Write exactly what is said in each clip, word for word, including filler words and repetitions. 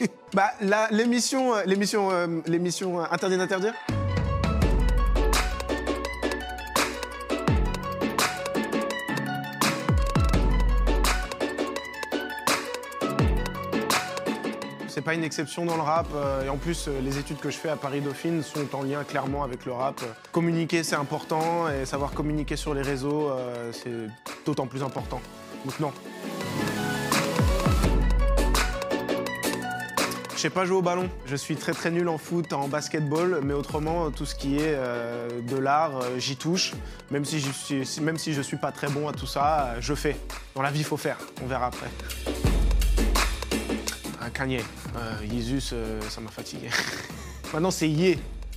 Bah, la- l'émission, euh, l'émission, euh, l'émission euh, Interdit d'interdire. C'est pas une exception dans le rap. euh, et en plus, euh, les études que je fais à Paris Dauphine sont en lien clairement avec le rap. Communiquer, c'est important. Et savoir communiquer sur les réseaux, euh, c'est d'autant plus important. Donc non. Je sais pas jouer au ballon. Je suis très très nul en foot, en basketball. Mais autrement, tout ce qui est euh, de l'art, euh, j'y touche. Même si, je suis, même si je suis pas très bon à tout ça, euh, je fais. Dans la vie, il faut faire. On verra après. Ah, Kanye. Euh, Yeezus, euh, ça m'a fatigué. Maintenant, c'est Ye.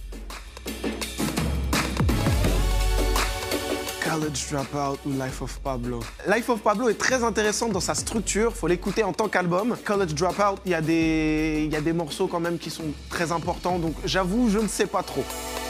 College Dropout ou Life of Pablo. Life of Pablo est très intéressant dans sa structure, faut l'écouter en tant qu'album. College Dropout, il y a des, il y a des morceaux quand même qui sont très importants, donc j'avoue, je ne sais pas trop.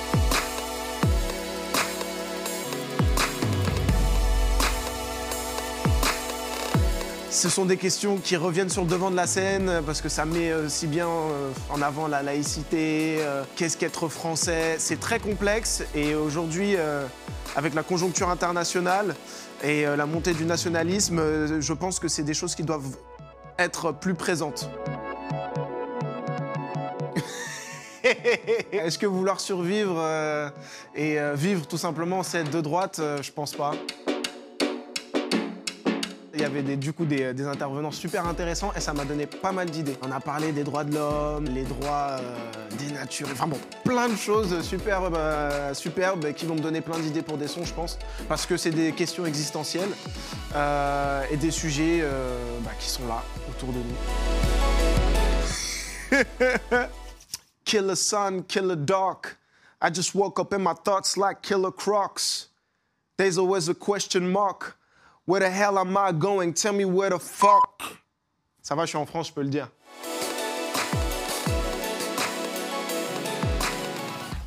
Ce sont des questions qui reviennent sur le devant de la scène parce que ça met aussi bien en avant la laïcité, euh, qu'est-ce qu'être français. C'est très complexe et aujourd'hui, euh, avec la conjoncture internationale et euh, la montée du nationalisme, euh, je pense que c'est des choses qui doivent être plus présentes. Est-ce que vouloir survivre euh, et euh, vivre tout simplement, c'est être de droite? euh, Je pense pas. Il y avait des, du coup des, des intervenants super intéressants et ça m'a donné pas mal d'idées. On a parlé des droits de l'homme, les droits euh, des natures, enfin bon, plein de choses superbes, euh, superbes qui vont me donner plein d'idées pour des sons, je pense, parce que c'est des questions existentielles euh, et des sujets euh, bah, qui sont là, autour de nous. Kill the sun, kill the dark. I just woke up in my thoughts like killer crocs. There's always a question mark. Where the hell am I going? Tell me where the fuck. Ça va, je suis en France, je peux le dire.